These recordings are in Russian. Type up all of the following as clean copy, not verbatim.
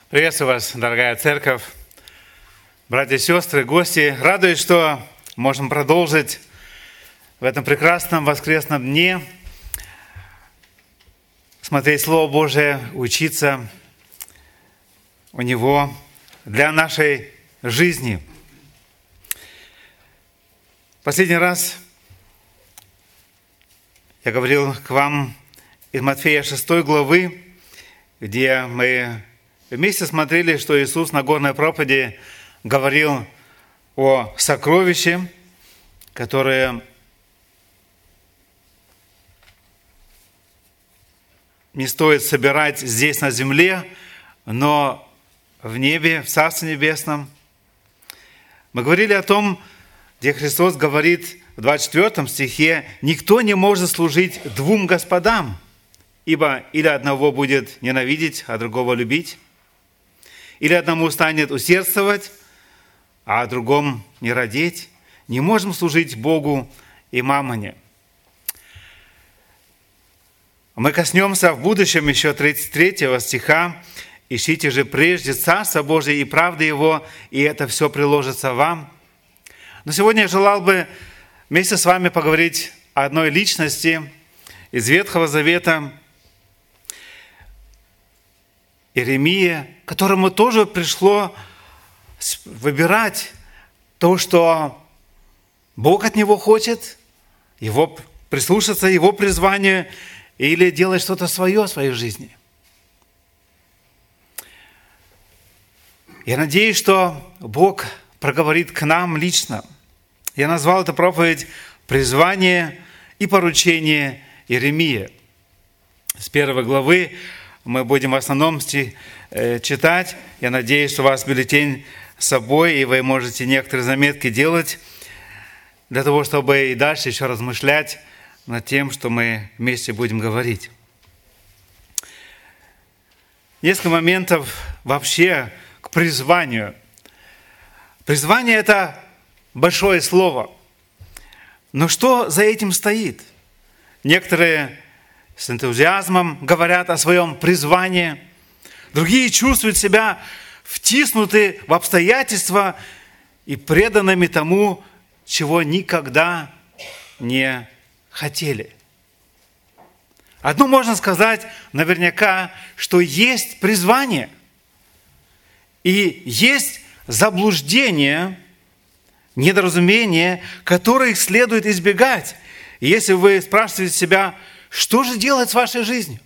Приветствую вас, дорогая церковь, братья и сестры, гости. Радуюсь, что можем продолжить в этом прекрасном воскресном дне смотреть Слово Божие, учиться у Него для нашей жизни. Последний раз я говорил к вам из Матфея 6 главы, где мы вместе смотрели, что Иисус на горной проповеди говорил о сокровище, которое не стоит собирать здесь на земле, но в небе, в Царстве Небесном. Мы говорили о том, где Христос говорит в 24 стихе: «Никто не может служить двум господам, ибо или одного будет ненавидеть, а другого любить, или одному станет усердствовать, а о другом не радеть. Не можем служить Богу и мамоне». Мы коснемся в будущем еще 33 стиха. «Ищите же прежде Царство Божие и правды Его, и это все приложится вам». Но сегодня я желал бы вместе с вами поговорить о одной личности из Ветхого Завета, Иеремия, которому тоже пришло выбирать то, что Бог от него хочет, его прислушаться, его призванию, или делать что-то свое в своей жизни. Я надеюсь, что Бог проговорит к нам лично. Я назвал эту проповедь «Призвание и поручение Иеремии». С 1 главы мы будем в основном читать. Я надеюсь, что у вас бюллетень с собой, и вы можете некоторые заметки делать для того, чтобы и дальше еще размышлять над тем, что мы вместе будем говорить. Несколько моментов вообще к призванию. Призвание – это большое слово. Но что за этим стоит? Некоторые с энтузиазмом говорят о своем призвании. Другие чувствуют себя втиснуты в обстоятельства и преданными тому, чего никогда не хотели. Одно можно сказать наверняка, что есть призвание и есть заблуждение, недоразумение, которых следует избегать. И если вы спрашиваете себя, что же делать с вашей жизнью?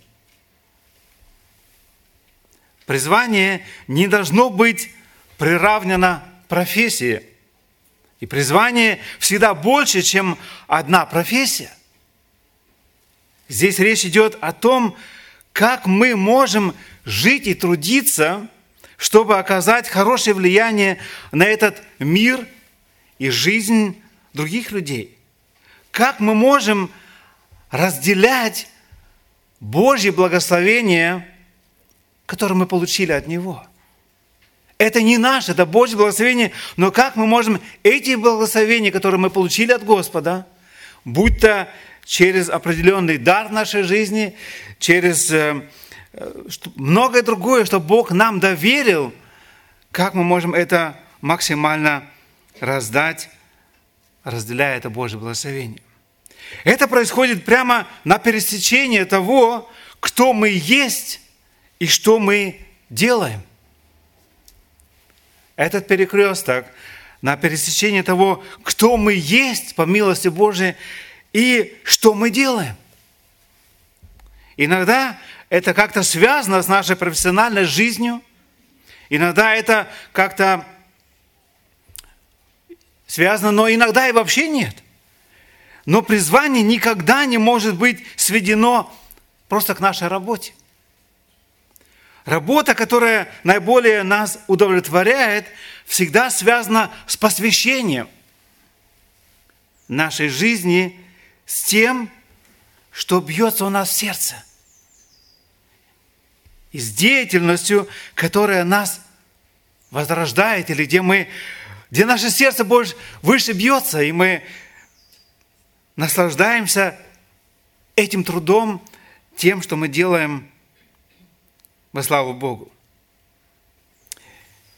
Призвание не должно быть приравнено профессии. И призвание всегда больше, чем одна профессия. Здесь речь идет о том, как мы можем жить и трудиться, чтобы оказать хорошее влияние на этот мир и жизнь других людей. Как мы можем разделять Божье благословение, которое мы получили от Него. Это не наше, это Божье благословение, но как мы можем эти благословения, которые мы получили от Господа, будь то через определенный дар в нашей жизни, через многое другое, что Бог нам доверил, как мы можем это максимально раздать, разделяя это Божье благословение. Это происходит прямо на пересечении того, кто мы есть и что мы делаем. Этот перекресток на пересечении того, кто мы есть по милости Божией и что мы делаем. Иногда это как-то связано с нашей профессиональной жизнью, иногда это как-то связано, но иногда и вообще нет. Но призвание никогда не может быть сведено просто к нашей работе. Работа, которая наиболее нас удовлетворяет, всегда связана с посвящением нашей жизни, с тем, что бьется у нас в сердце. И с деятельностью, которая нас возрождает, или где наше сердце больше выше бьется, и мы наслаждаемся этим трудом, тем, что мы делаем во славу Богу.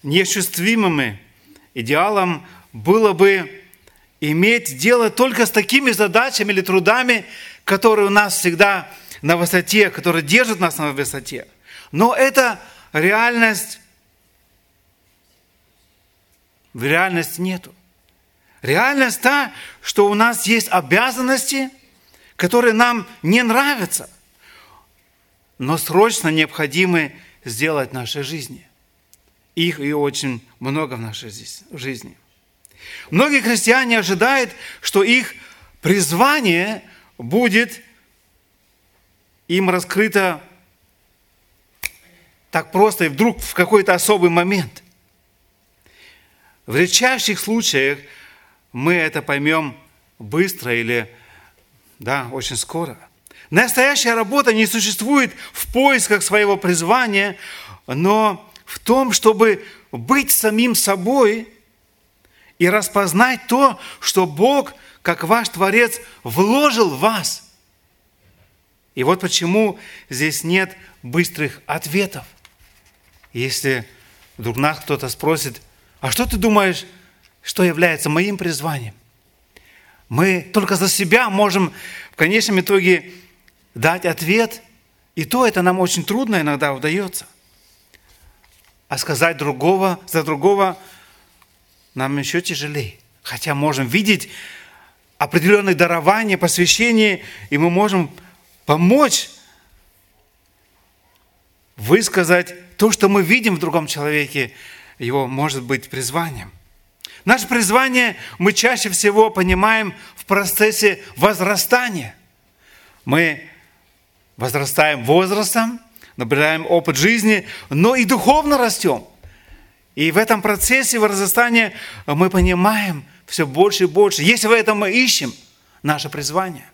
неосуществимым идеалом было бы иметь дело только с такими задачами или трудами, которые у нас всегда на высоте, которые держат нас на высоте. Но это реальность. В реальности нету. Реальность та, что у нас есть обязанности, которые нам не нравятся, но срочно необходимы сделать в нашей жизни. Их и очень много в нашей жизни. Многие христиане ожидают, что их призвание будет им раскрыто так просто и вдруг в какой-то особый момент. В редчайших случаях мы это поймем быстро или очень скоро. Настоящая работа не существует в поисках своего призвания, но в том, чтобы быть самим собой и распознать то, что Бог, как ваш Творец, вложил в вас. И вот почему здесь нет быстрых ответов. Если вдруг нас кто-то спросит, а что ты думаешь, что является моим призванием? Мы только за себя можем в конечном итоге дать ответ, и то это нам очень трудно иногда удается. А сказать за другого нам еще тяжелее. Хотя можем видеть определенные дарования, посвящения, и мы можем помочь высказать то, что мы видим в другом человеке, его может быть призванием. Наше призвание мы чаще всего понимаем в процессе возрастания. Мы возрастаем возрастом, набираем опыт жизни, но и духовно растем. И в этом процессе возрастания мы понимаем все больше и больше. Если в этом мы ищем наше призвание.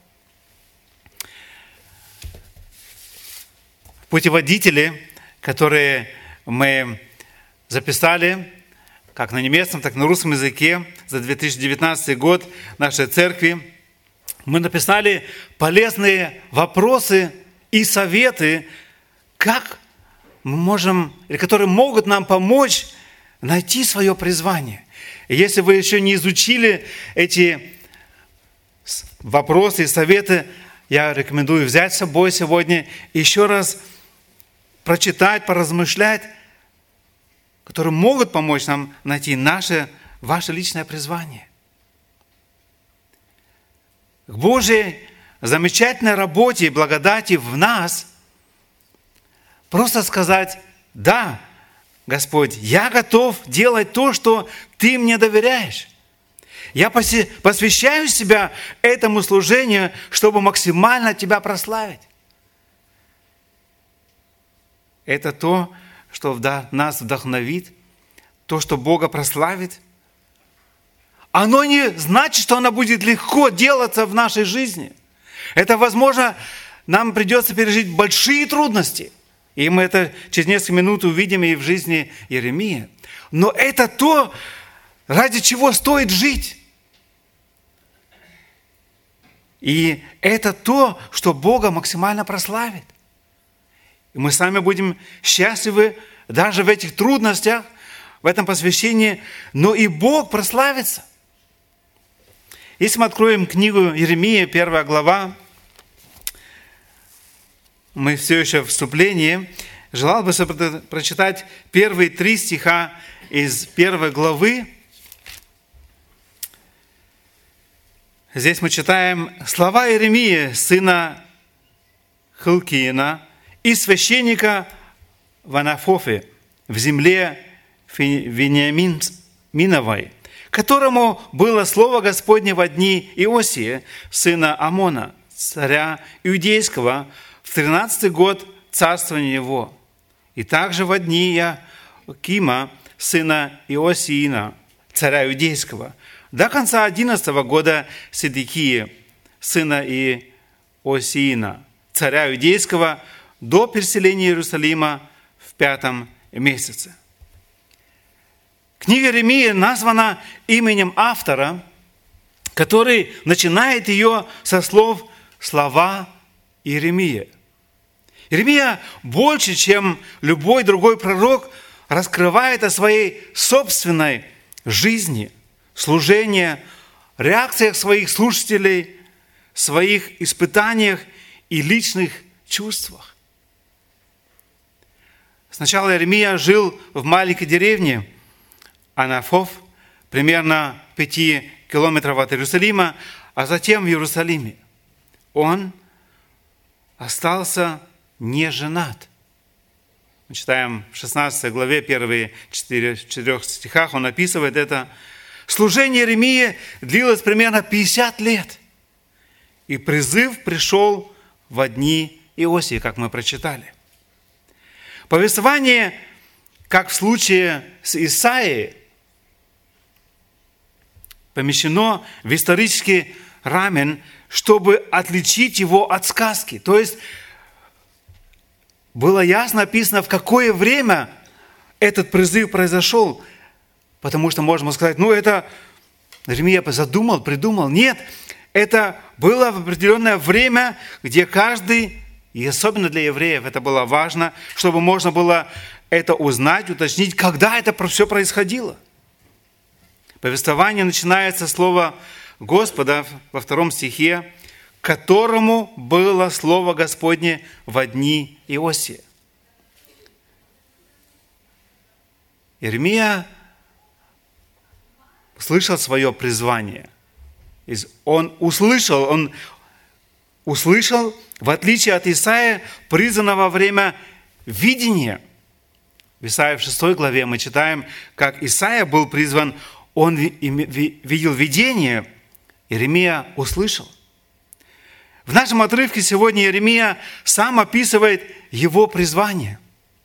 Путеводители, которые мы записали, как на немецком, так и на русском языке за 2019 год нашей церкви, мы написали полезные вопросы и советы, как мы можем, или которые могут нам помочь найти свое призвание. И если вы еще не изучили эти вопросы и советы, я рекомендую взять с собой сегодня и еще раз прочитать, поразмышлять, которые могут помочь нам найти ваше личное призвание. К Божьей замечательной работе и благодати в нас просто сказать: да, Господь, я готов делать то, что Ты мне доверяешь. Я посвящаю себя этому служению, чтобы максимально Тебя прославить. Это то, что нас вдохновит, то, что Бога прославит. Оно не значит, что оно будет легко делаться в нашей жизни. Это, возможно, нам придется пережить большие трудности. И мы это через несколько минут увидим и в жизни Иеремии. Но это то, ради чего стоит жить. И это то, что Бога максимально прославит. И мы сами будем счастливы даже в этих трудностях, в этом посвящении, но и Бог прославится. Если мы откроем книгу Иеремии, 1 глава, мы все еще в вступлении, желал бы прочитать первые 3 стиха из 1 главы. Здесь мы читаем слова Иеремии, сына Хилкиина, и священника в Анафофе, в земле Вениаминовой, которому было слово Господне во дни Иосии, сына Амона, царя Иудейского, в 13-й год царствования его, и также во дни Иоакима, сына Иосиина, царя Иудейского, до конца 11-го года Седекии, сына Иосиина, царя Иудейского, до переселения Иерусалима в 5-м месяце. Книга Иеремии названа именем автора, который начинает ее со слова Иеремия. Иеремия больше, чем любой другой пророк, раскрывает о своей собственной жизни, служении, реакциях своих слушателей, своих испытаниях и личных чувствах. Сначала Иеремия жил в маленькой деревне Анафов, примерно 5 километров от Иерусалима, а затем в Иерусалиме. Он остался не женат. Мы читаем в 16 главе, первые 4 стихах, он описывает это. Служение Иеремии длилось примерно 50 лет. И призыв пришел во дни Иосии, как мы прочитали. Повествование, как в случае с Исаией, помещено в исторический рамен, чтобы отличить его от сказки. То есть было ясно описано, в какое время этот призыв произошел. Потому что можно сказать, это Иеремия задумал, придумал. Нет, это было в определенное время, где каждый, и особенно для евреев это было важно, чтобы можно было это узнать, уточнить, когда это все происходило. Повествование начинается с слова Господа во 2 стихе, которому было слово Господне во дни Иосии. Иеремия услышал свое призвание. Он услышал, в отличие от Исаия, призванного во время видения. В Исаии в 6 главе мы читаем, как Исаия был призван, он видел видение, Иеремия услышал. В нашем отрывке сегодня Иеремия сам описывает его призвание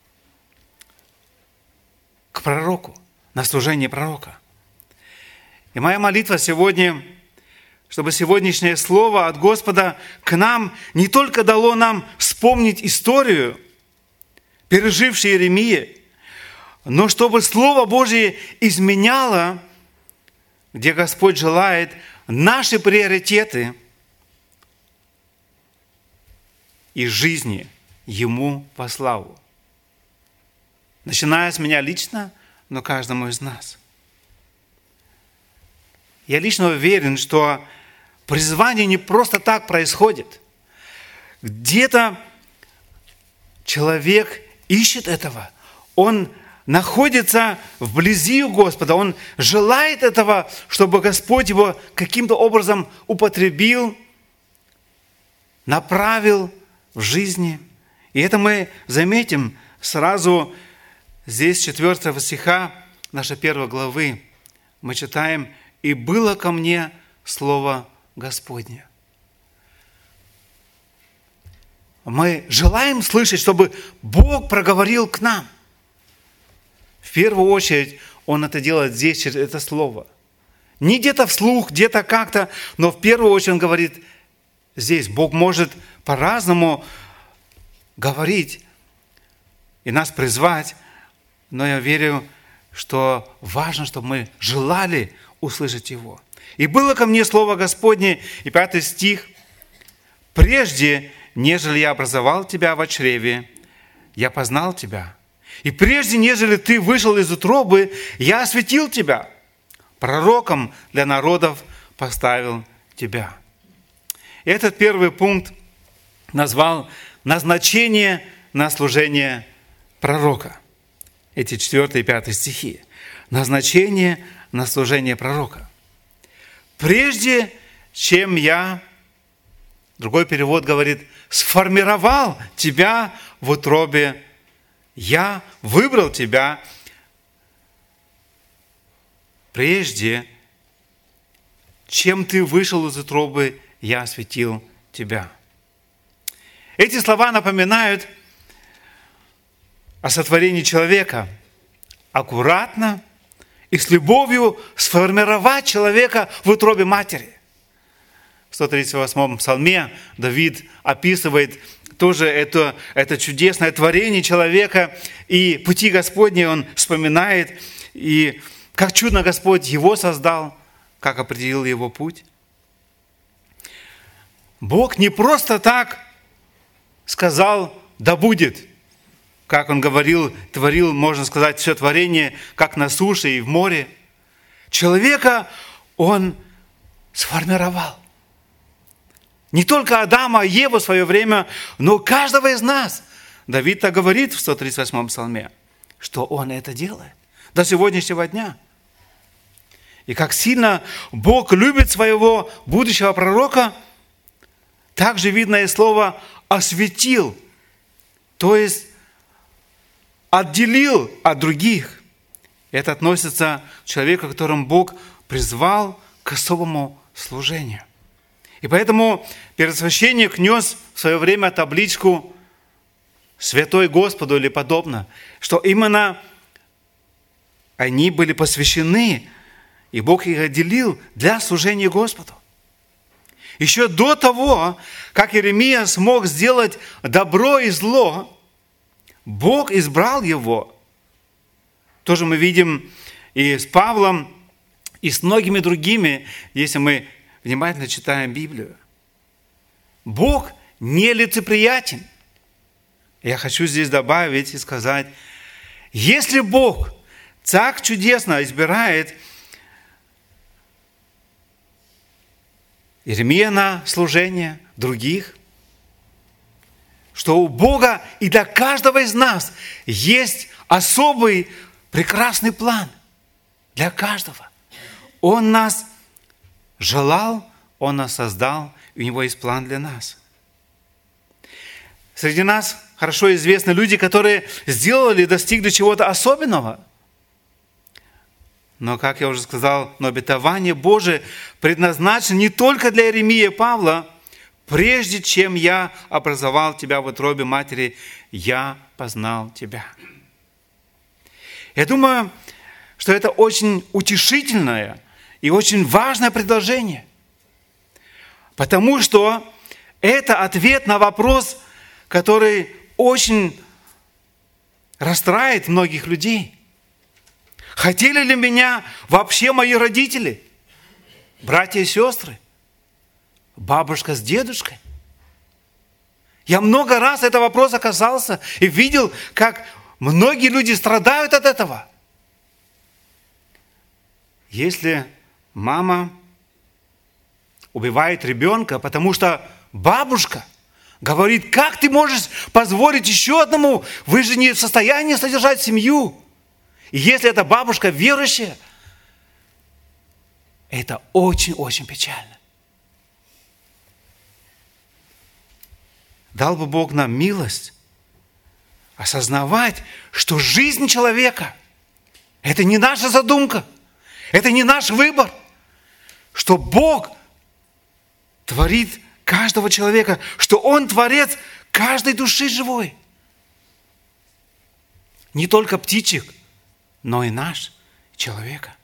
к пророку, на служение пророка. И моя молитва сегодня, чтобы сегодняшнее слово от Господа к нам не только дало нам вспомнить историю, пережившей Иеремии, но чтобы Слово Божие изменяло, где Господь желает, наши приоритеты и жизни Ему во славу. Начиная с меня лично, но каждому из нас. Я лично уверен, что призвание не просто так происходит. Где-то человек ищет этого. Он находится вблизи у Господа. Он желает этого, чтобы Господь его каким-то образом употребил, направил в жизни. И это мы заметим сразу здесь, 4 стиха нашей 1 главы. Мы читаем: «И было ко мне слово Господне». Мы желаем слышать, чтобы Бог проговорил к нам. В первую очередь Он это делает здесь, через это слово. Не где-то вслух, где-то как-то, но в первую очередь Он говорит здесь. Бог может по-разному говорить и нас призвать, но я верю, что важно, чтобы мы желали услышать Его. «И было ко мне слово Господне», и 5 стих, «Прежде, нежели я образовал тебя во чреве, я познал тебя. И прежде, нежели ты вышел из утробы, я осветил тебя. Пророком для народов поставил тебя». И этот первый пункт назвал «назначение на служение пророка». Эти 4 и 5 стихи. Назначение на служение пророка. Прежде, чем я, другой перевод говорит, сформировал тебя в утробе, я выбрал тебя. Прежде, чем ты вышел из утробы, я осветил тебя. Эти слова напоминают о сотворении человека. Аккуратно и с любовью сформировать человека в утробе матери. В 138-м псалме Давид описывает тоже это чудесное творение человека, и пути Господни он вспоминает, и как чудно Господь его создал, как определил его путь. Бог не просто так сказал «да будет». как Он говорил, творил, можно сказать, все творение, как на суше и в море. Человека Он сформировал. Не только Адама, Еву в свое время, но каждого из нас. Давид так говорит в 138-м псалме, что Он это делает до сегодняшнего дня. И как сильно Бог любит своего будущего пророка, также видно и слово «осветил», то есть отделил от других. Это относится к человеку, которым Бог призвал к особому служению. И поэтому первосвященник нес в свое время табличку «Святой Господу» или подобно, что именно они были посвящены, и Бог их отделил для служения Господу. Еще до того, как Иеремия смог сделать добро и зло, Бог избрал его. Тоже мы видим и с Павлом, и с многими другими, если мы внимательно читаем Библию. Бог нелицеприятен. Я хочу здесь добавить и сказать, если Бог так чудесно избирает Иеремия на служение других, что у Бога и для каждого из нас есть особый прекрасный план для каждого. Он нас желал, Он нас создал, и у Него есть план для нас. Среди нас хорошо известны люди, которые сделали, достигли чего-то особенного. Но, как я уже сказал, но обетование Божие предназначено не только для Иеремии и Павла. Прежде чем я образовал тебя в утробе матери, я познал тебя. Я думаю, что это очень утешительное и очень важное предложение. Потому что это ответ на вопрос, который очень расстраивает многих людей. Хотели ли меня вообще мои родители, братья и сестры, бабушка с дедушкой? Я много раз этот вопрос оказался и видел, как многие люди страдают от этого. Если мама убивает ребенка, потому что бабушка говорит, как ты можешь позволить еще одному, вы же не в состоянии содержать семью. И если эта бабушка верующая, это очень-очень печально. Дал бы Бог нам милость осознавать, что жизнь человека – это не наша задумка, это не наш выбор, что Бог творит каждого человека, что Он творец каждой души живой. Не только птичек, но и наш человека.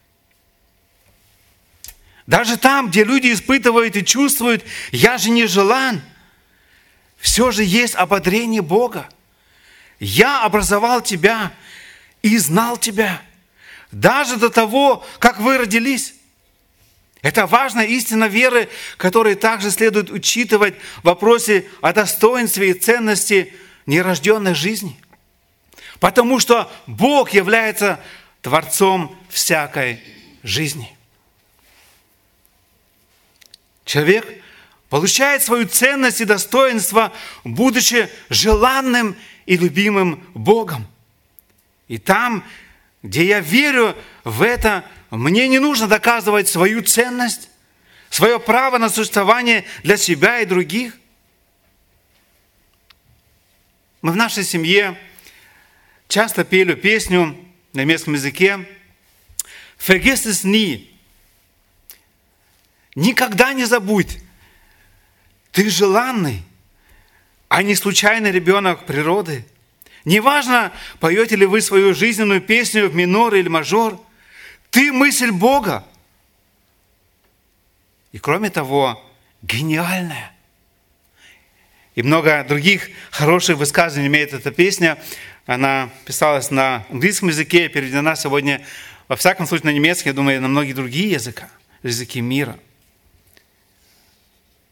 Даже там, где люди испытывают и чувствуют, я же не желан, все же есть ободрение Бога. Я образовал тебя и знал тебя, даже до того, как вы родились. Это важная истина веры, которую также следует учитывать в вопросе о достоинстве и ценности нерожденной жизни. Потому что Бог является Творцом всякой жизни. Человек получает свою ценность и достоинство, будучи желанным и любимым Богом. И там, где я верю в это, мне не нужно доказывать свою ценность, свое право на существование для себя и других. Мы в нашей семье часто пели песню на немецком языке «Vergiss es nie». Никогда не забудь, ты желанный, а не случайный ребенок природы. Неважно, поете ли вы свою жизненную песню в минор или мажор, ты мысль Бога. И кроме того, гениальная. И много других хороших высказываний имеет эта песня. Она писалась на английском языке, переведена сегодня, во всяком случае, на немецкий, я думаю, на многие другие языки мира.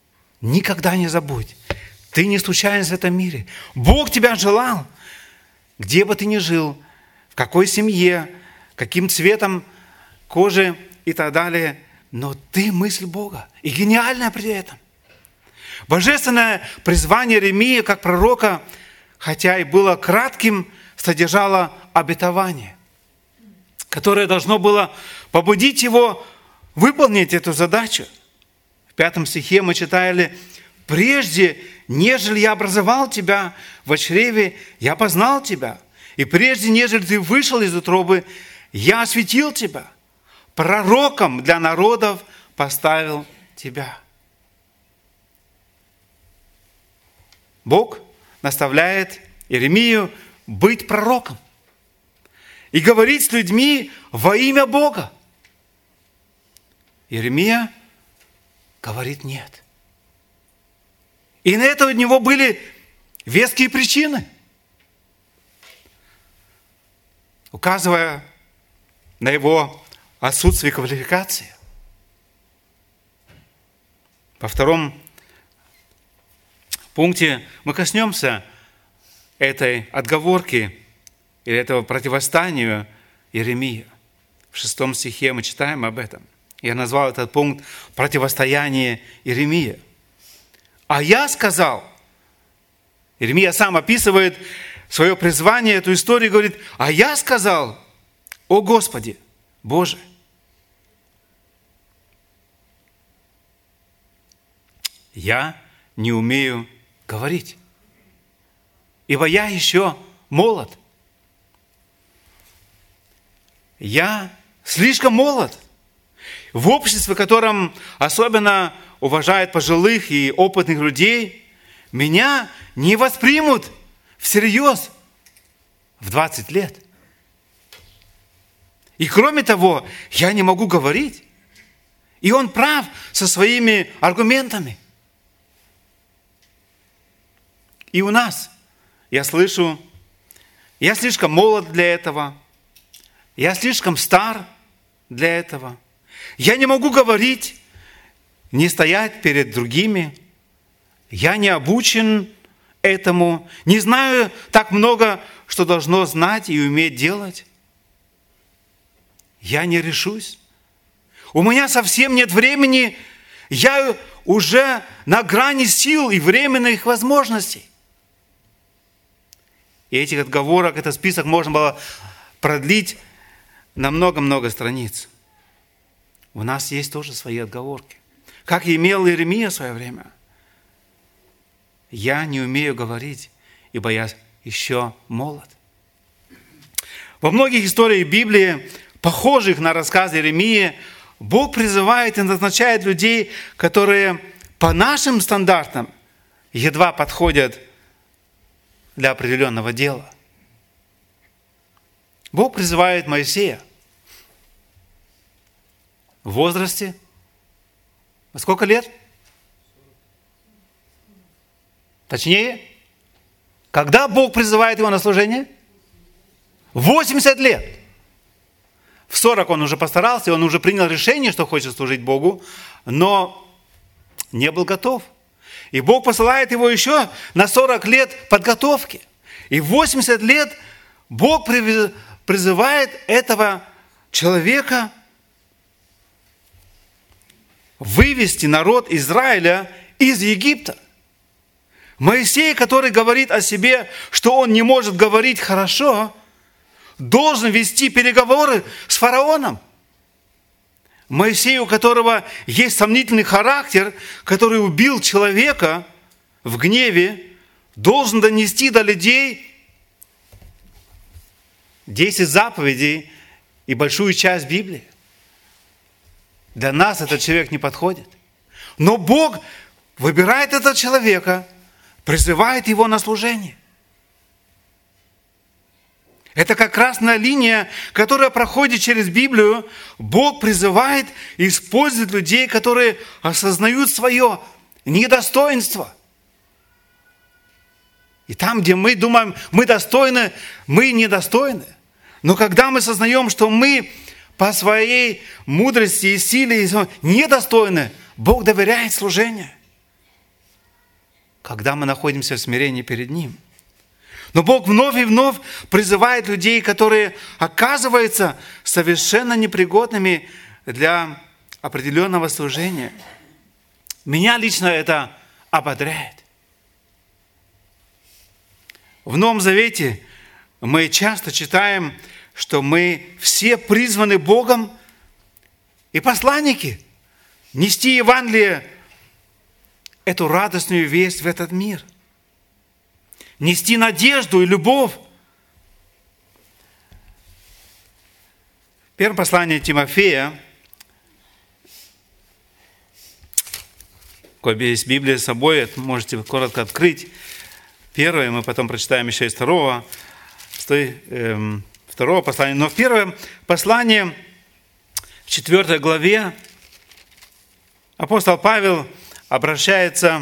Никогда не забудь, ты не случайность в этом мире. Бог тебя желал. где бы ты ни жил, в какой семье, каким цветом кожи и так далее, но ты мысль Бога. И гениальная при этом. Божественное призвание Иеремии как пророка, хотя и было кратким, содержало обетование, которое должно было побудить его выполнить эту задачу. В 5 стихе мы читали: «Прежде, нежели я образовал тебя во чреве, я познал тебя, и прежде, нежели ты вышел из утробы, я осветил тебя, пророком для народов поставил тебя». Бог наставляет Иеремию быть пророком и говорить с людьми во имя Бога. Иеремия говорит нет. И на это у него были веские причины, указывая на его отсутствие квалификации. Во 2 пункте мы коснемся этой отговорки или этого противостояния Иеремии. В 6 стихе мы читаем об этом. Я назвал этот пункт «Противостояние Иеремии». «А я сказал», Иеремия сам описывает свое призвание, эту историю, говорит: «А я сказал, о Господи, Боже, я не умею говорить, ибо я еще молод. Я слишком молод. В обществе, в котором особенно уважают пожилых и опытных людей, меня не воспримут всерьез в 20 лет. И кроме того, я не могу говорить». И он прав со своими аргументами. И у нас, я слышу, я слишком молод для этого, я слишком стар для этого, я не могу говорить, не стоять перед другими, я не обучен этому, не знаю так много, что должно знать и уметь делать. Я не решусь. У меня совсем нет времени, я уже на грани сил и временных возможностей. И этих отговорок, этот список можно было продлить на много-много страниц. У нас есть тоже свои отговорки. Как и имел Иеремия в свое время. Я не умею говорить, ибо я еще молод. Во многих историях Библии, похожих на рассказ Иеремии, Бог призывает и назначает людей, которые по нашим стандартам едва подходят для определенного дела. Бог призывает Моисея в возрасте, во сколько лет? Точнее, когда Бог призывает его на служение? 80 лет. В 40 он уже постарался, он уже принял решение, что хочет служить Богу, но не был готов. И Бог посылает его еще на 40 лет подготовки. И в 80 лет Бог призывает этого человека вывести народ Израиля из Египта. Моисей, который говорит о себе, что он не может говорить хорошо, должен вести переговоры с фараоном. Моисей, у которого есть сомнительный характер, который убил человека в гневе, должен донести до людей 10 заповедей и большую часть Библии. Для нас этот человек не подходит. Но Бог выбирает этого человека, призывает его на служение. Это как красная линия, которая проходит через Библию. Бог призывает и использует людей, которые осознают свое недостоинство. И там, где мы думаем, мы достойны, мы недостойны. Но когда мы сознаем, что мы по своей мудрости и силе недостойны, Бог доверяет служение. Когда мы находимся в смирении перед Ним. Но Бог вновь и вновь призывает людей, которые оказываются совершенно непригодными для определенного служения. Меня лично это ободряет. В Новом Завете мы часто читаем, что мы все призваны Богом и посланники нести Евангелие, эту радостную весть в этот мир. Нести надежду и любовь. Первое послание Тимофея, у есть Библия с собой, это можете коротко открыть. Первое, мы потом прочитаем еще из второго послания. Но в первое послание, в 4 главе, апостол Павел обращается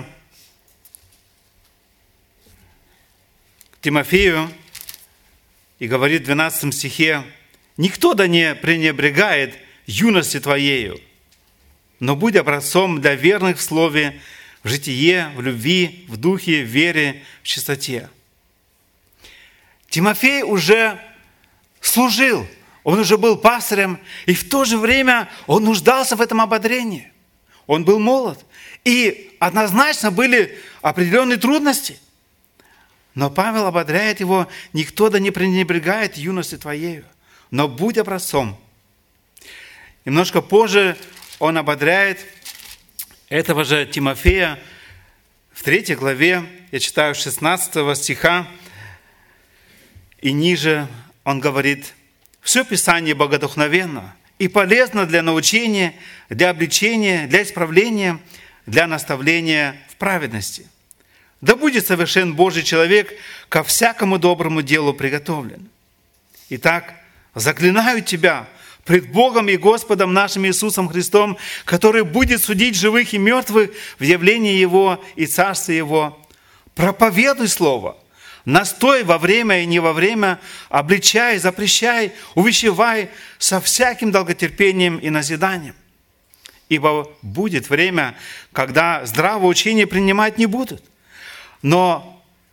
к Тимофею и говорит в 12 стихе: «Никто да не пренебрегает юности твоею, но будь образцом для верных в слове, в житие, в любви, в духе, в вере, в чистоте». Тимофей уже служил, он уже был пастырем, и в то же время он нуждался в этом ободрении. Он был молод, и однозначно были определенные трудности. Но Павел ободряет его: «Никто да не пренебрегает юности твоею, но будь образцом». Немножко позже он ободряет этого же Тимофея в 3 главе, я читаю 16 стиха, и ниже он говорит: «Все Писание богодухновенно и полезно для научения, для обличения, для исправления, для наставления в праведности. Да будет совершен Божий человек, ко всякому доброму делу приготовлен. Итак, заклинаю тебя пред Богом и Господом нашим Иисусом Христом, который будет судить живых и мертвых в явлении Его и Царстве Его. Проповедуй Слово, настой во время и не во время, обличай, запрещай, увещевай со всяким долготерпением и назиданием. Ибо будет время, когда здравое учение принимать не будут, но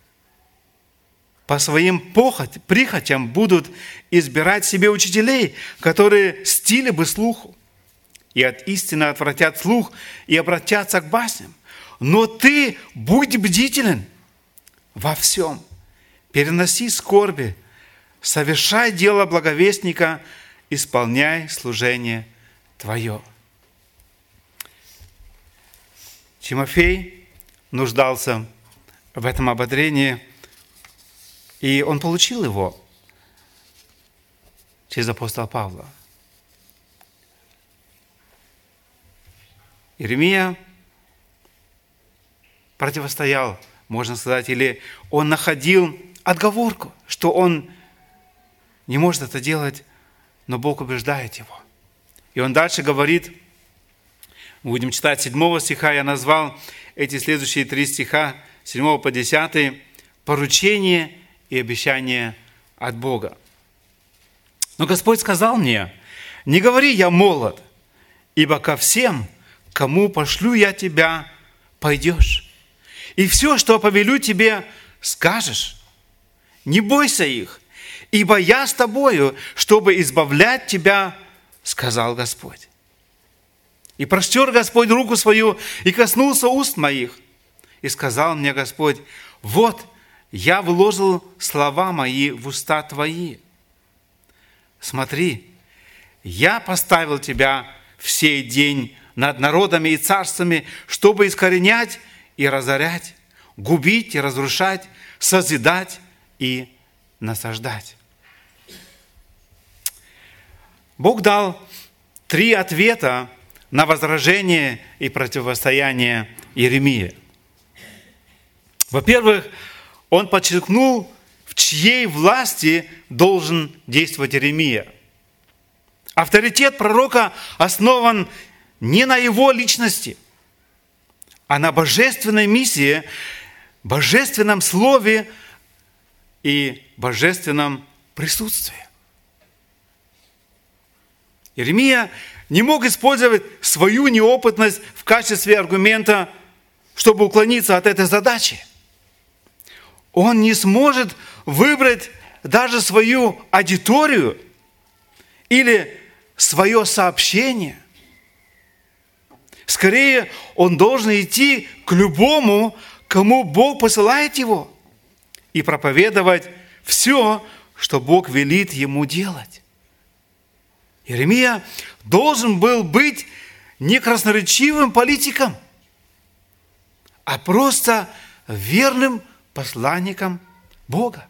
по своим прихотям будут избирать себе учителей, которые стили бы слуху, и от истины отвратят слух и обратятся к басням. Но ты будь бдителен во всем, переноси скорби, совершай дело благовестника, исполняй служение твое». Тимофей нуждался в этом ободрении, и он получил его через апостола Павла. Иеремия противостоял, можно сказать, или он находил отговорку, что он не может это делать, но Бог убеждает его. И он дальше говорит, будем читать 7 стиха, я назвал эти следующие 3 стиха, 7 по 10, поручение и обещание от Бога. «Но Господь сказал мне: не говори, я молод, ибо ко всем, кому пошлю я тебя, пойдешь. И все, что повелю тебе, скажешь. Не бойся их, ибо я с тобою, чтобы избавлять тебя, сказал Господь. И простер Господь руку свою, и коснулся уст моих. И сказал мне Господь: вот, я вложил слова мои в уста твои. Смотри, я поставил тебя в сей день над народами и царствами, чтобы искоренять и разорять, губить и разрушать, созидать и насаждать». Бог дал 3 ответа на возражение и противостояние Иеремии. Во-первых, он подчеркнул, в чьей власти должен действовать Иеремия. Авторитет пророка основан не на его личности, а на божественной миссии, божественном слове и божественном присутствии. Иеремия не мог использовать свою неопытность в качестве аргумента, чтобы уклониться от этой задачи. он не сможет выбрать даже свою аудиторию или свое сообщение. Скорее, он должен идти к любому, кому Бог посылает его, и проповедовать все, что Бог велит ему делать. Иеремия должен был быть не красноречивым политиком, а просто верным посланником Бога.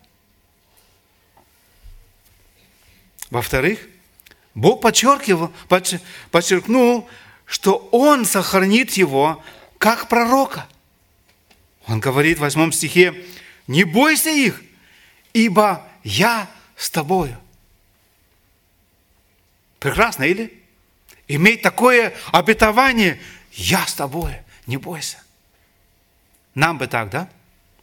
Во-вторых, Бог подчеркнул, что Он сохранит его как пророка. Он говорит в 8 стихе: «Не бойся их, ибо я с тобою». Прекрасно, или? Иметь такое обетование: «Я с тобою, не бойся». Нам бы так, да?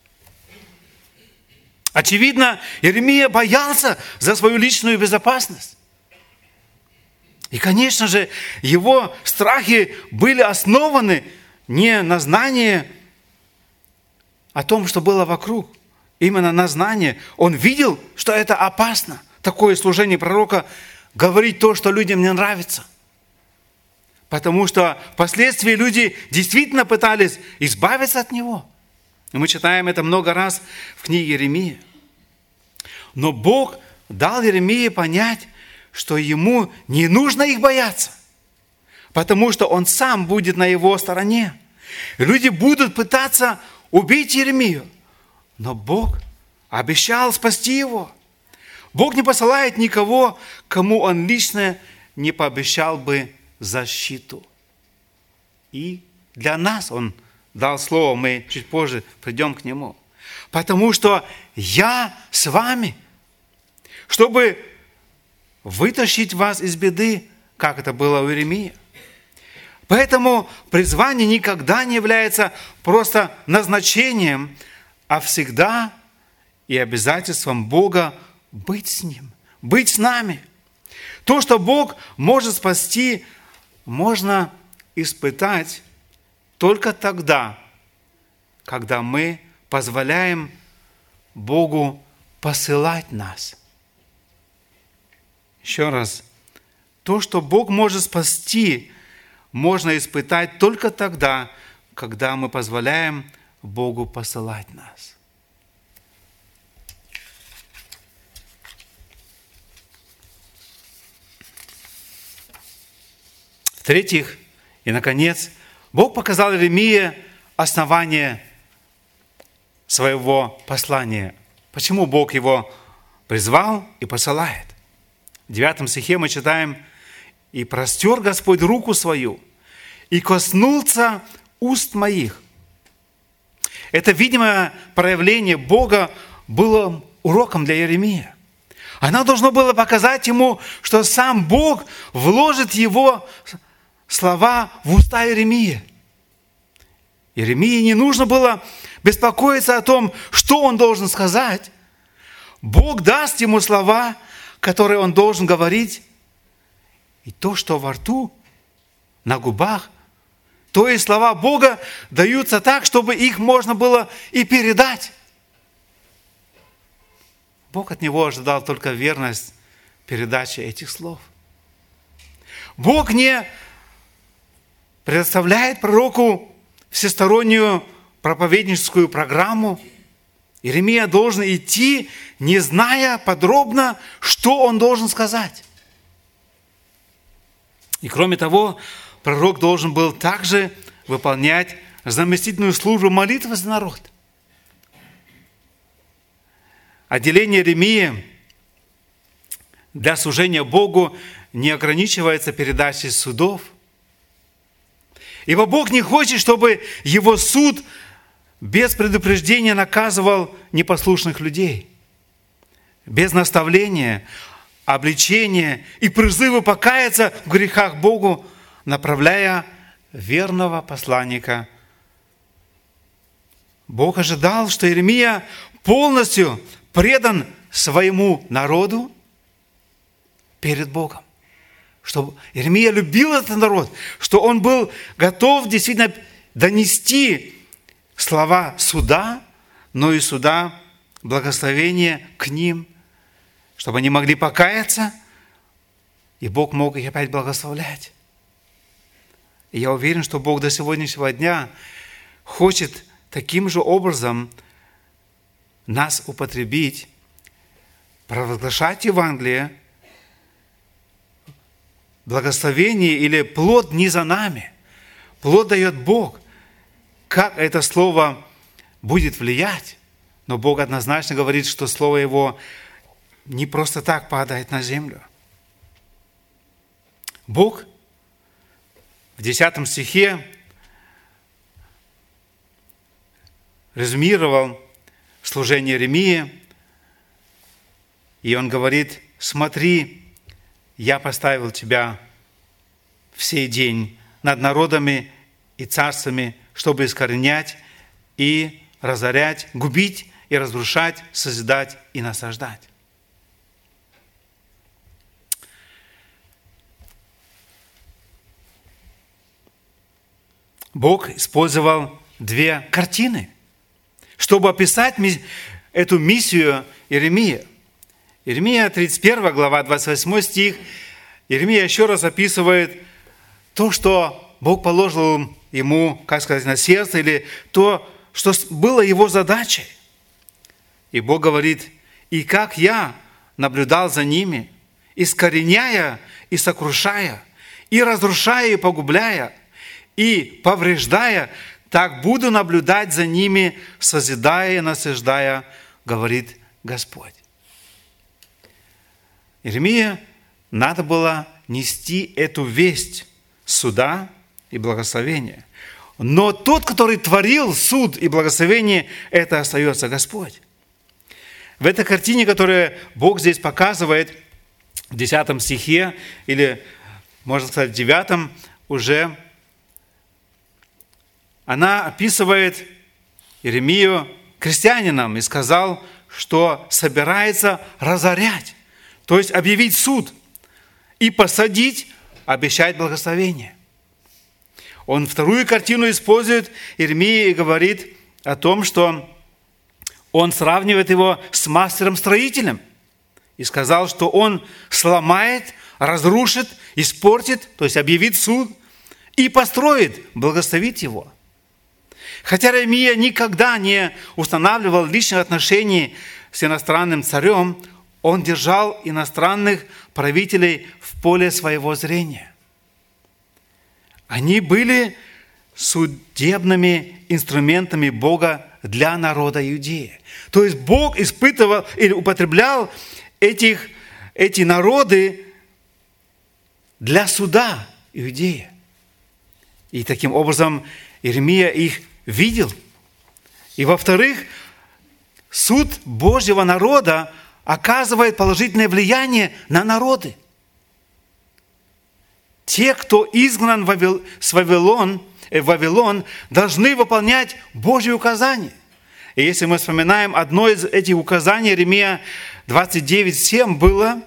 Очевидно, Иеремия боялся за свою личную безопасность. И, конечно же, его страхи были основаны не на знании о том, что было вокруг, именно на знании. Он видел, что это опасно, такое служение пророка, говорить то, что людям не нравится. Потому что впоследствии люди действительно пытались избавиться от него. И мы читаем это много раз в книге Иеремии. Но Бог дал Иеремии понять, что ему не нужно их бояться, потому что он сам будет на его стороне. И люди будут пытаться убить Иеремию, но Бог обещал спасти его. Бог не посылает никого, кому он лично не пообещал бы защиту. И для нас он дал слово, мы чуть позже придем к нему. Потому что я с вами, чтобы вытащить вас из беды, как это было у Иеремии. Поэтому призвание никогда не является просто назначением, а всегда и обязательством Бога быть с Ним, быть с нами. То, что Бог может спасти, можно испытать только тогда, когда мы позволяем Богу посылать нас. Еще раз, то, что Бог может спасти, можно испытать только тогда, когда мы позволяем Богу посылать нас. В-третьих, и, наконец, Бог показал Иеремии основание своего послания. Почему Бог его призвал и посылает? В 9 стихе мы читаем: «И простер Господь руку свою, и коснулся уст моих». Это видимое проявление Бога было уроком для Иеремии. Оно должно было показать ему, что сам Бог вложит его слова в уста Иеремии. Иеремии не нужно было беспокоиться о том, что он должен сказать. Бог даст ему слова, которые он должен говорить. И то, что во рту, на губах, то есть слова Бога даются так, чтобы их можно было и передать. Бог от него ожидал только верность передачи этих слов. Бог не предоставляет пророку всестороннюю проповедническую программу. Иеремия должен идти, не зная подробно, что он должен сказать. И кроме того, пророк должен был также выполнять заместительную службу молитвы за народ. Отделение Иеремии для служения Богу не ограничивается передачей судов. Ибо Бог не хочет, чтобы его суд без предупреждения наказывал непослушных людей. Без наставления, обличения и призыва покаяться в грехах Богу, направляя верного посланника. Бог ожидал, что Иеремия полностью предан своему народу перед Богом. Что Иеремия любил этот народ, что он был готов действительно донести слова суда, но и суда благословение к ним, чтобы они могли покаяться, и Бог мог их опять благословлять. И я уверен, что Бог до сегодняшнего дня хочет таким же образом нас употребить, провозглашать Евангелие, благословение или плод не за нами. Плод дает Бог. Как это слово будет влиять? Но Бог однозначно говорит, что слово Его не просто так падает на землю. Бог в 10 стихе резюмировал служение Иеремии, и он говорит: «Смотри, я поставил тебя в сей день над народами и царствами, чтобы искоренять и разорять, губить и разрушать, созидать и насаждать». Бог использовал две картины, чтобы описать эту миссию Иеремии. Иеремия 31 глава, 28 стих. Иеремия еще раз описывает то, что Бог положил ему, как сказать, на сердце, или то, что было его задачей. И Бог говорит: «И как я наблюдал за ними, искореняя и сокрушая, и разрушая и погубляя, и повреждая, так буду наблюдать за ними, созидая и насаждая, говорит Господь». Иеремии надо было нести эту весть суда и благословения. Но тот, который творил суд и благословение, это остается Господь. В этой картине, которую Бог здесь показывает, в 10 стихе, или, можно сказать, в 9 уже, она описывает Иеремию крестьянином и сказал, что собирается разорять, то есть объявить суд и посадить, обещать благословение. Он вторую картину использует Иеремия и говорит о том, что он сравнивает его с мастером-строителем и сказал, что он сломает, разрушит, испортит, то есть объявит суд и построит, благословит его. Хотя Иеремия никогда не устанавливал личных отношений с иностранным царем, он держал иностранных правителей в поле своего зрения. Они были судебными инструментами Бога для народа Иудеи. То есть Бог испытывал или употреблял эти народы для суда Иудеи. И таким образом Иеремия их видел. И во-вторых, суд Божьего народа оказывает положительное влияние на народы. Те, кто изгнан в Вавилон, должны выполнять Божьи указания. И если мы вспоминаем одно из этих указаний, Иеремия 29:7 было,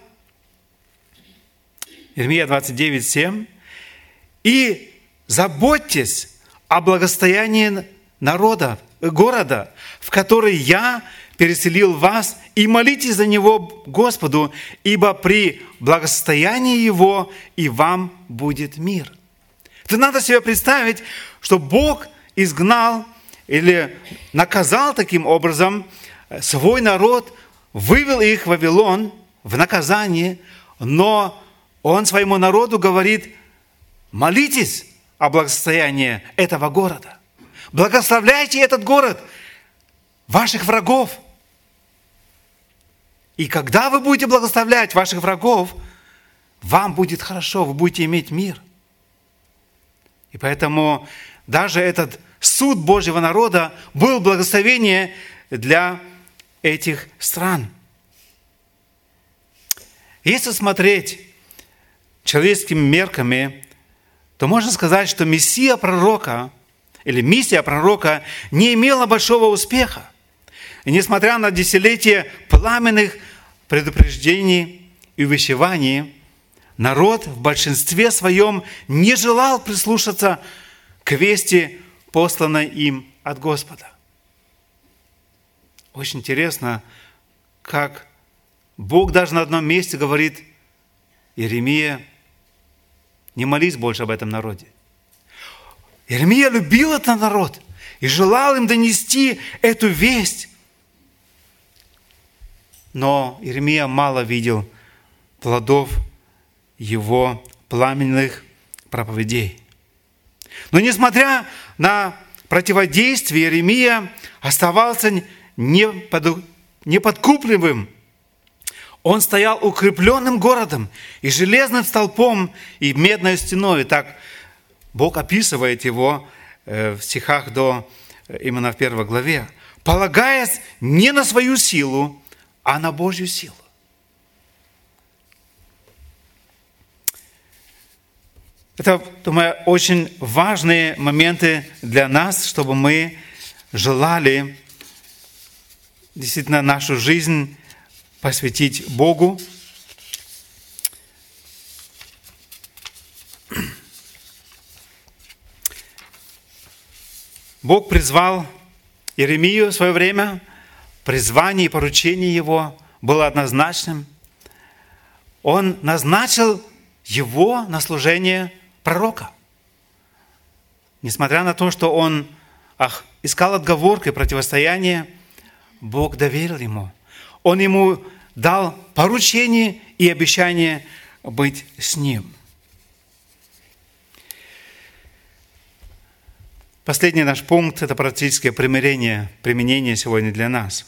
Иеремия 29:7, «И заботьтесь о благосостоянии города, в который я переселил вас, и молитесь за него Господу, ибо при благосостоянии его и вам будет мир». Это надо себе представить, что Бог изгнал или наказал таким образом свой народ, вывел их в Вавилон в наказание, но Он своему народу говорит: молитесь о благосостоянии этого города. Благословляйте этот город, ваших врагов. И когда вы будете благословлять ваших врагов, вам будет хорошо, вы будете иметь мир. И поэтому даже этот суд Божьего народа был благословение для этих стран. Если смотреть человеческими мерками, то можно сказать, что миссия пророка или миссия пророка не имела большого успеха. И несмотря на десятилетия пламенных предупреждений и увещеваний, народ в большинстве своем не желал прислушаться к вести, посланной им от Господа. Очень интересно, как Бог даже на одном месте говорит: Иеремия, не молись больше об этом народе. Иеремия любил этот народ и желал им донести эту весть. Но Иеремия мало видел плодов его пламенных проповедей. Но несмотря на противодействие, Иеремия оставался неподкупливым. Он стоял укрепленным городом и железным столпом и медной стеной. Так Бог описывает его в стихах именно в 1 главе. Полагаясь не на свою силу, а на Божью силу. Это, думаю, очень важные моменты для нас, чтобы мы желали действительно нашу жизнь посвятить Богу. Бог призвал Иеремию в свое время. Призвание и поручение его было однозначным. Он назначил его на служение пророка. Несмотря на то, что он искал отговорки, противостояние, Бог доверил ему. Он ему дал поручение и обещание быть с ним. Последний наш пункт – это практическое применение сегодня для нас.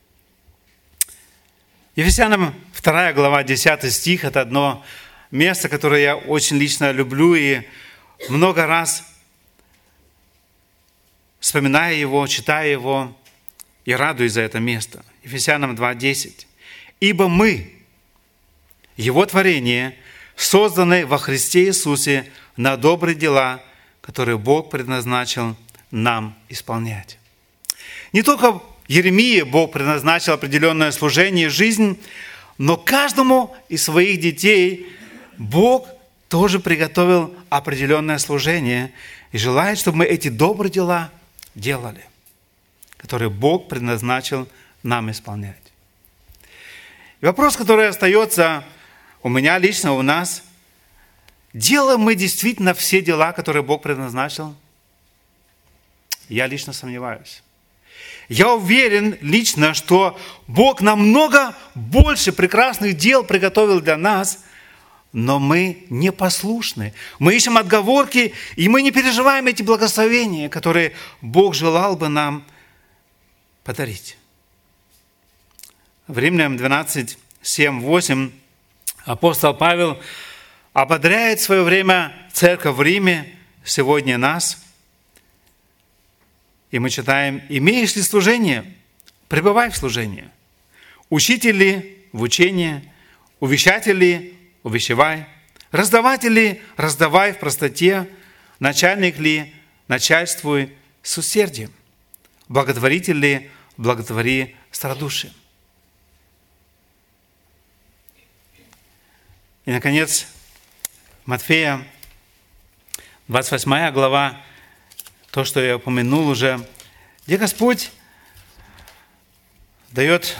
Ефесянам 2 глава, 10 стих – это одно место, которое я очень лично люблю и много раз, вспоминая его, читая его, и радуюсь за это место. Ефесянам 2:10. «Ибо мы, Его творение, созданы во Христе Иисусе на добрые дела, которые Бог предназначил нам исполнять». Не только Иеремии Бог предназначил определенное служение, жизнь, но каждому из своих детей Бог тоже приготовил определенное служение и желает, чтобы мы эти добрые дела делали, которые Бог предназначил нам исполнять. И вопрос, который остается у меня лично, у нас: делаем мы действительно все дела, которые Бог предназначил? Я лично сомневаюсь. Я уверен лично, что Бог намного больше прекрасных дел приготовил для нас, но мы непослушны. Мы ищем отговорки, и мы не переживаем эти благословения, которые Бог желал бы нам подарить. В Римлянам 12, 7, 8 апостол Павел ободряет в свое время церковь в Риме, сегодня нас. И мы читаем: «Имеешь ли служение? Пребывай в служении. Учитель ли в учении? Увещатель ли? Увещевай. Раздаватель ли? Раздавай в простоте. Начальник ли? Начальствуй с усердием. Благотворитель ли? Благотвори с радушием». И, наконец, Матфея, 28 глава, то, что я упомянул уже, где Господь дает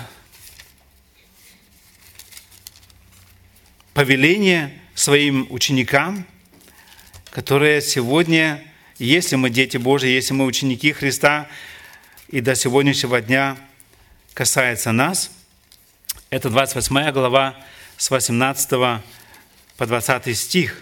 повеление своим ученикам, которые сегодня, если мы дети Божьи, если мы ученики Христа, и до сегодняшнего дня касается нас, это 28 глава с 18 по 20 стих.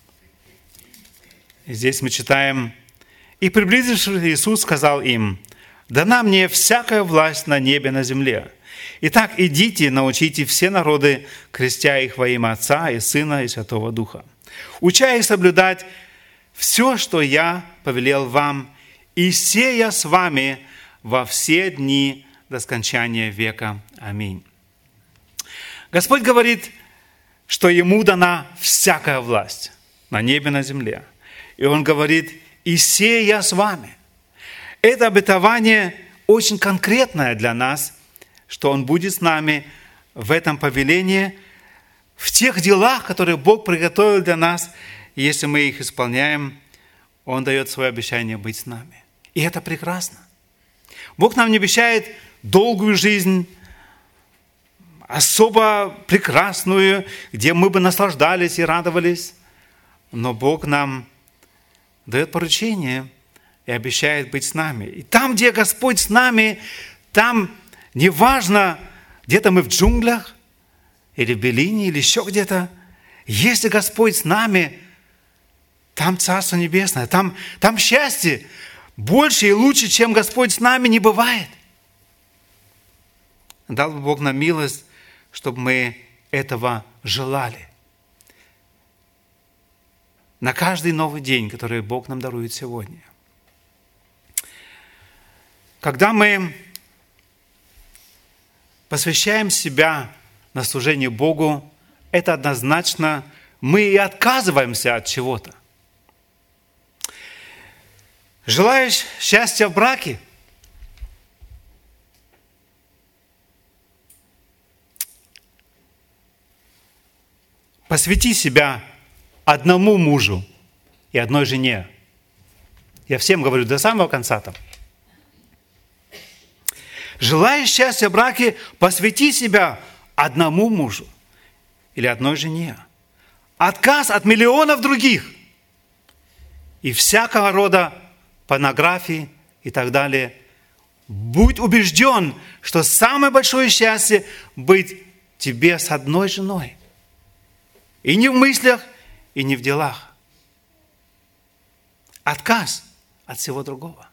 И здесь мы читаем: «И приблизившись Иисус сказал им: дана мне всякая власть на небе и на земле. Итак, идите, научите все народы, крестя их во имя Отца и Сына и Святого Духа, уча их соблюдать все, что я повелел вам, и сея с вами во все дни до скончания века. Аминь». Господь говорит, что Ему дана всякая власть на небе и на земле. И Он говорит: «И сея с вами». Это обетование очень конкретное для нас, что Он будет с нами в этом повелении, в тех делах, которые Бог приготовил для нас. И если мы их исполняем, Он дает свое обещание быть с нами. И это прекрасно. Бог нам не обещает долгую жизнь, особо прекрасную, где мы бы наслаждались и радовались. Но Бог нам дает поручение и обещает быть с нами. И там, где Господь с нами, там неважно, где-то мы в джунглях, или в Белине, или еще где-то. Если Господь с нами, там Царство Небесное, там счастье больше и лучше, чем Господь с нами, не бывает. Дал бы Бог нам милость, чтобы мы этого желали. На каждый новый день, который Бог нам дарует сегодня. Когда мы посвящаем себя на служение Богу, это однозначно мы и отказываемся от чего-то. Желаешь счастья в браке? Посвяти себя одному мужу и одной жене. Я всем говорю до самого конца там. Желаешь счастья в браке, посвяти себя одному мужу или одной жене. Отказ от миллионов других и всякого рода порнографии и так далее. Будь убежден, что самое большое счастье быть тебе с одной женой. И не в мыслях, и не в делах. Отказ от всего другого.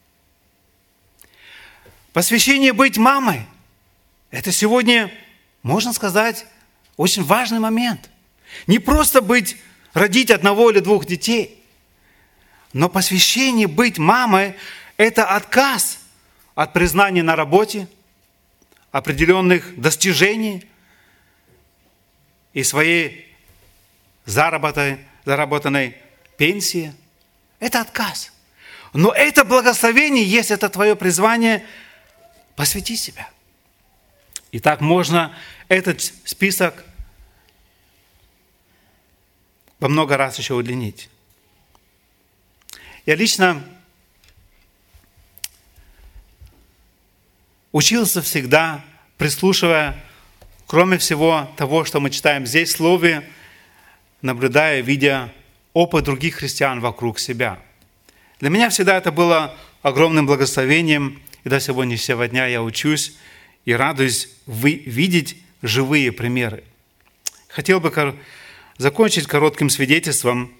Посвящение быть мамой – это сегодня, можно сказать, очень важный момент. Не просто родить одного или двух детей, но посвящение быть мамой – это отказ от признания на работе, определенных достижений и своей заработанной пенсии. Это отказ. Но это благословение, если это твое призвание, посвяти себя. И так можно этот список во много раз еще удлинить. Я лично учился всегда, прислушивая, кроме всего того, что мы читаем здесь в Слове, наблюдая, видя опыт других христиан вокруг себя. Для меня всегда это было огромным благословением, и до сегодняшнего дня я учусь и радуюсь видеть живые примеры. Хотел бы закончить коротким свидетельством,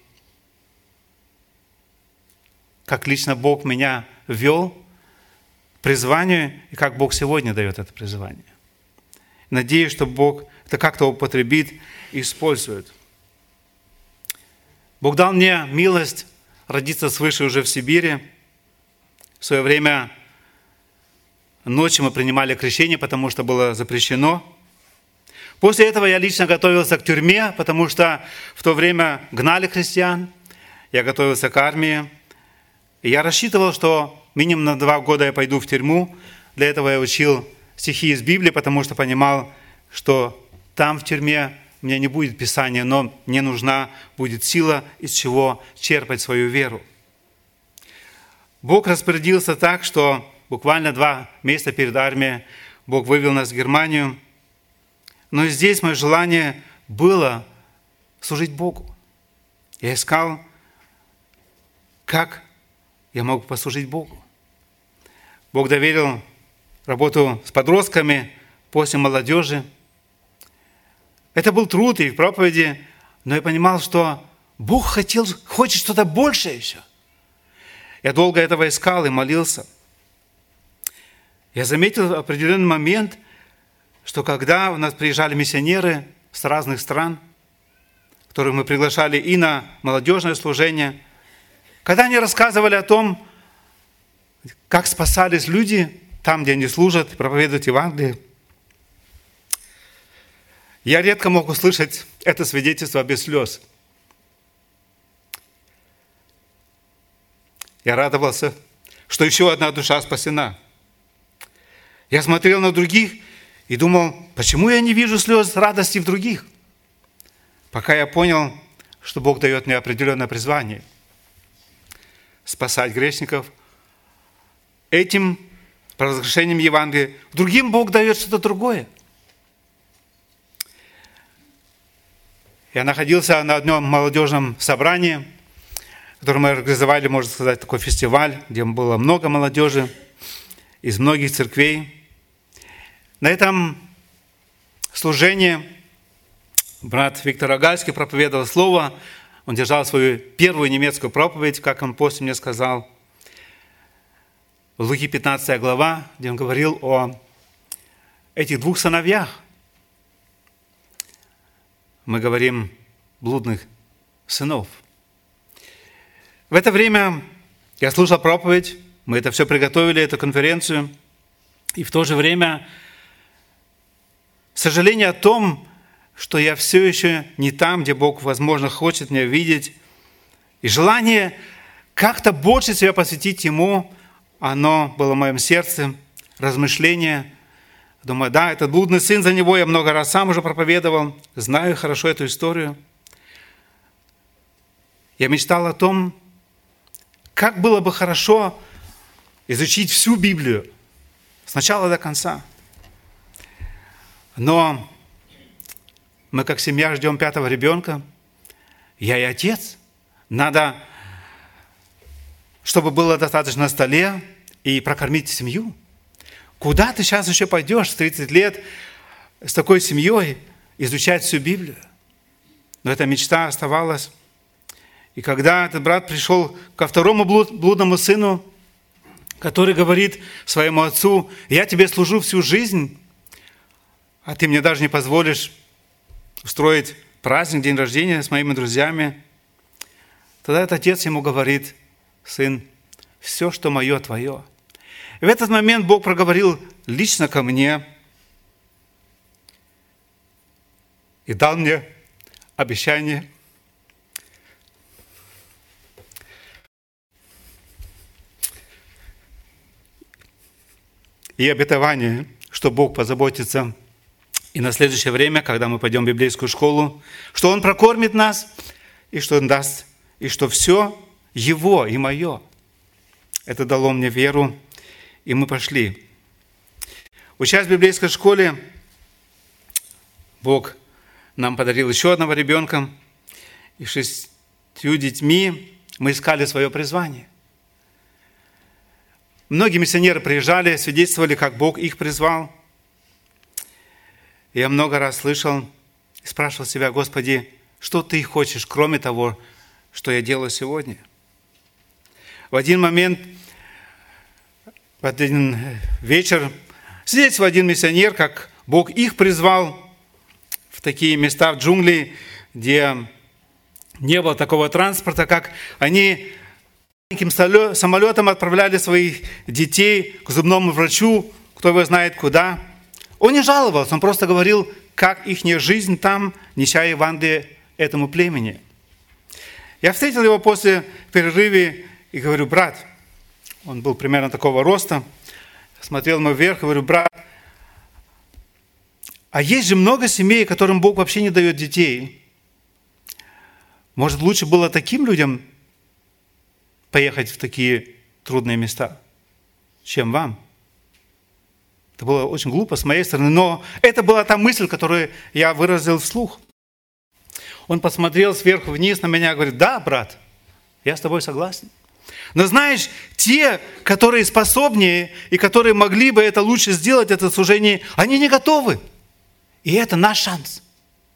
как лично Бог меня вел к призванию, и как Бог сегодня дает это призвание. Надеюсь, что Бог это как-то употребит и использует. Бог дал мне милость родиться свыше уже в Сибири. В свое время ночью мы принимали крещение, потому что было запрещено. После этого я лично готовился к тюрьме, потому что в то время гнали христиан. Я готовился к армии. И я рассчитывал, что минимум на 2 года я пойду в тюрьму. Для этого я учил стихи из Библии, потому что понимал, что там в тюрьме у меня не будет Писания, но мне нужна будет сила, из чего черпать свою веру. Бог распорядился так, что буквально 2 месяца перед армией Бог вывел нас в Германию. Но здесь мое желание было служить Богу. Я искал, как я мог послужить Богу. Бог доверил работу с подростками, после молодежи. Это был труд и в проповеди, но я понимал, что Бог хочет что-то большее еще. Я долго этого искал и молился. Я заметил в определенный момент, что когда у нас приезжали миссионеры с разных стран, которых мы приглашали и на молодежное служение, когда они рассказывали о том, как спасались люди там, где они служат, проповедуют Евангелие, я редко мог услышать это свидетельство без слез. Я радовался, что еще одна душа спасена. Я смотрел на других и думал, почему я не вижу слез радости в других? Пока я понял, что Бог дает мне определенное призвание – спасать грешников. Этим разглашением Евангелия. Другим Бог дает что-то другое. Я находился на одном молодежном собрании, которое мы организовали, можно сказать, такой фестиваль, где было много молодежи из многих церквей. На этом служении брат Виктор Рогальский проповедовал слово. Он держал свою первую немецкую проповедь, как он после мне сказал, в Луки 15 глава, где он говорил о этих двух сыновьях. Мы говорим блудных сынов. В это время я слушал проповедь, мы это все приготовили, эту конференцию, и в то же время сожаление о том, что я все еще не там, где Бог, возможно, хочет меня видеть, и желание как-то больше себя посвятить Ему, оно было в моем сердце, размышление. Думаю, да, этот блудный сын, за него я много раз сам уже проповедовал, знаю хорошо эту историю. Я мечтал о том, как было бы хорошо изучить всю Библию с начала до конца. Но мы как семья ждем 5-го ребенка. Я и отец. Надо, чтобы было достаточно на столе и прокормить семью. Куда ты сейчас еще пойдешь в 30 лет с такой семьей изучать всю Библию? Но эта мечта оставалась. И когда этот брат пришел ко второму блудному сыну, который говорит своему отцу: «Я тебе служу всю жизнь, а ты мне даже не позволишь устроить праздник, день рождения с моими друзьями», тогда этот отец ему говорит: «Сын, все, что мое, твое». И в этот момент Бог проговорил лично ко мне и дал мне обещание и обетование, что Бог позаботится и на следующее время, когда мы пойдем в библейскую школу, что Он прокормит нас, и что Он даст, и что все Его и мое. Это дало мне веру, и мы пошли. Учась в библейской школе, Бог нам подарил еще одного ребенка, и 6 детьми мы искали свое призвание. Многие миссионеры приезжали, свидетельствовали, как Бог их призвал. Я много раз слышал и спрашивал себя: Господи, что Ты хочешь, кроме того, что я делаю сегодня? В один момент, в один вечер, свидетельствовал один миссионер, как Бог их призвал в такие места, в джунгли, где не было такого транспорта, как они маленьким самолетом отправляли своих детей к зубному врачу, кто его знает куда. Он не жаловался, он просто говорил, как их жизнь там, неся Евангелие этому племени. Я встретил его после перерыва и говорю: брат, он был примерно такого роста, смотрел ему вверх и говорю: брат, а есть же много семей, которым Бог вообще не дает детей. Может, лучше было таким людям поехать в такие трудные места, чем вам? Это было очень глупо с моей стороны, но это была та мысль, которую я выразил вслух. Он посмотрел сверху вниз на меня и говорит: да, брат, я с тобой согласен. Но знаешь, те, которые способнее и которые могли бы это лучше сделать, это служение, они не готовы. И это наш шанс.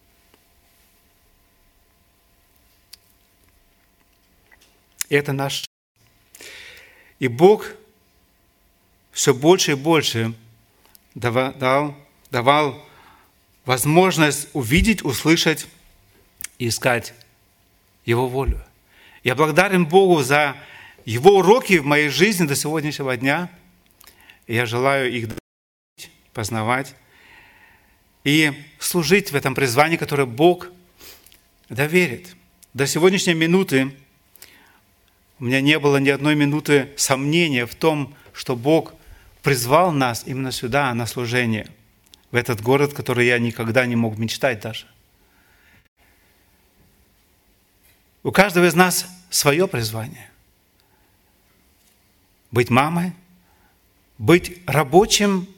И это наш шанс. И Бог все больше и больше давал возможность увидеть, услышать и искать Его волю. Я благодарен Богу за Его уроки в моей жизни до сегодняшнего дня. И я желаю их познавать и служить в этом призвании, которое Бог доверит. До сегодняшней минуты у меня не было ни одной минуты сомнения в том, что Бог призвал нас именно сюда, на служение, в этот город, который я никогда не мог мечтать даже. У каждого из нас свое призвание. Быть мамой, быть рабочим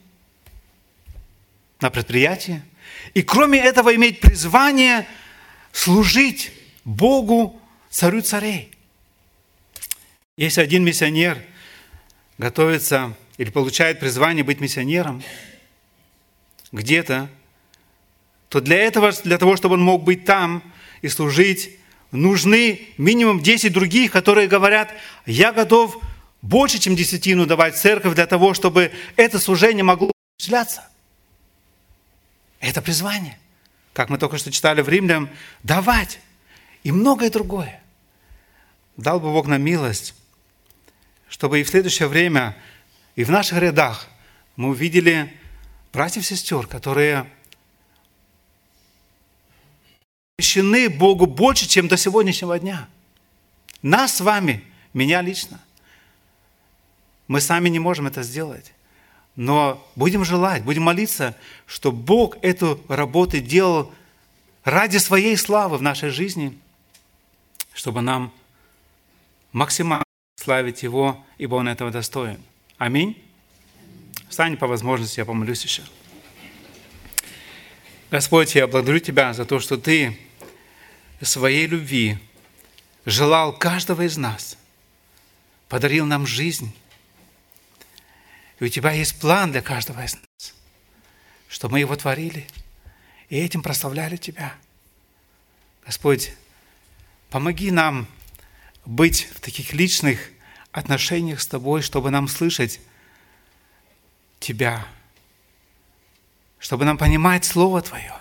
на предприятии. И кроме этого иметь призвание служить Богу, Царю царей. Если один миссионер готовится или получает призвание быть миссионером где-то, то для того, чтобы он мог быть там и служить, нужны минимум 10 других, которые говорят: я готов больше, чем десятину давать в церковь для того, чтобы это служение могло осуществляться. Это призвание. Как мы только что читали в Римлянам, давать. И многое другое. Дал бы Бог нам милость, чтобы и в следующее время, и в наших рядах мы увидели братьев и сестер, которые посвящены Богу больше, чем до сегодняшнего дня. Нас с вами, меня лично. Мы сами не можем это сделать. Но будем желать, будем молиться, чтобы Бог эту работу делал ради своей славы в нашей жизни, чтобы нам максимально славить Его, ибо Он этого достоин. Аминь. Встань по возможности, я помолюсь еще. Господь, я благодарю Тебя за то, что Ты своей любви желал каждого из нас, подарил нам жизнь. И у Тебя есть план для каждого из нас, что мы его творили и этим прославляли Тебя. Господь, помоги нам быть в таких личных отношениях с Тобой, чтобы нам слышать Тебя, чтобы нам понимать Слово Твое,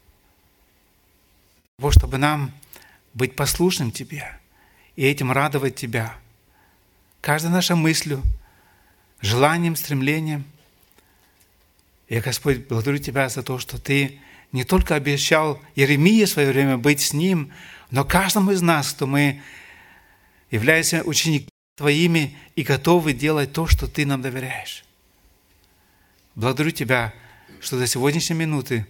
чтобы нам быть послушным Тебе и этим радовать Тебя. Каждой нашей мыслью, желанием, стремлением. Я, Господь, благодарю Тебя за то, что Ты не только обещал Иеремии в свое время быть с ним, но каждому из нас, кто мы являемся учениками Твоими и готовы делать то, что Ты нам доверяешь. Благодарю Тебя, что до сегодняшней минуты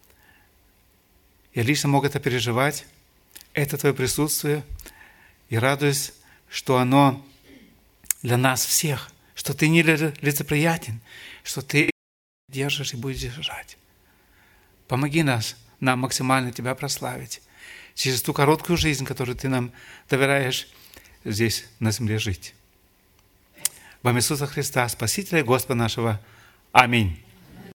я лично мог это переживать, это Твое присутствие, и радуюсь, что оно для нас всех, что Ты не лицеприятен, что Ты держишь и будешь держать. Помоги нам максимально Тебя прославить через ту короткую жизнь, которую Ты нам доверяешь здесь, на земле, жить. Во имя Иисуса Христа, Спасителя и Господа нашего. Аминь.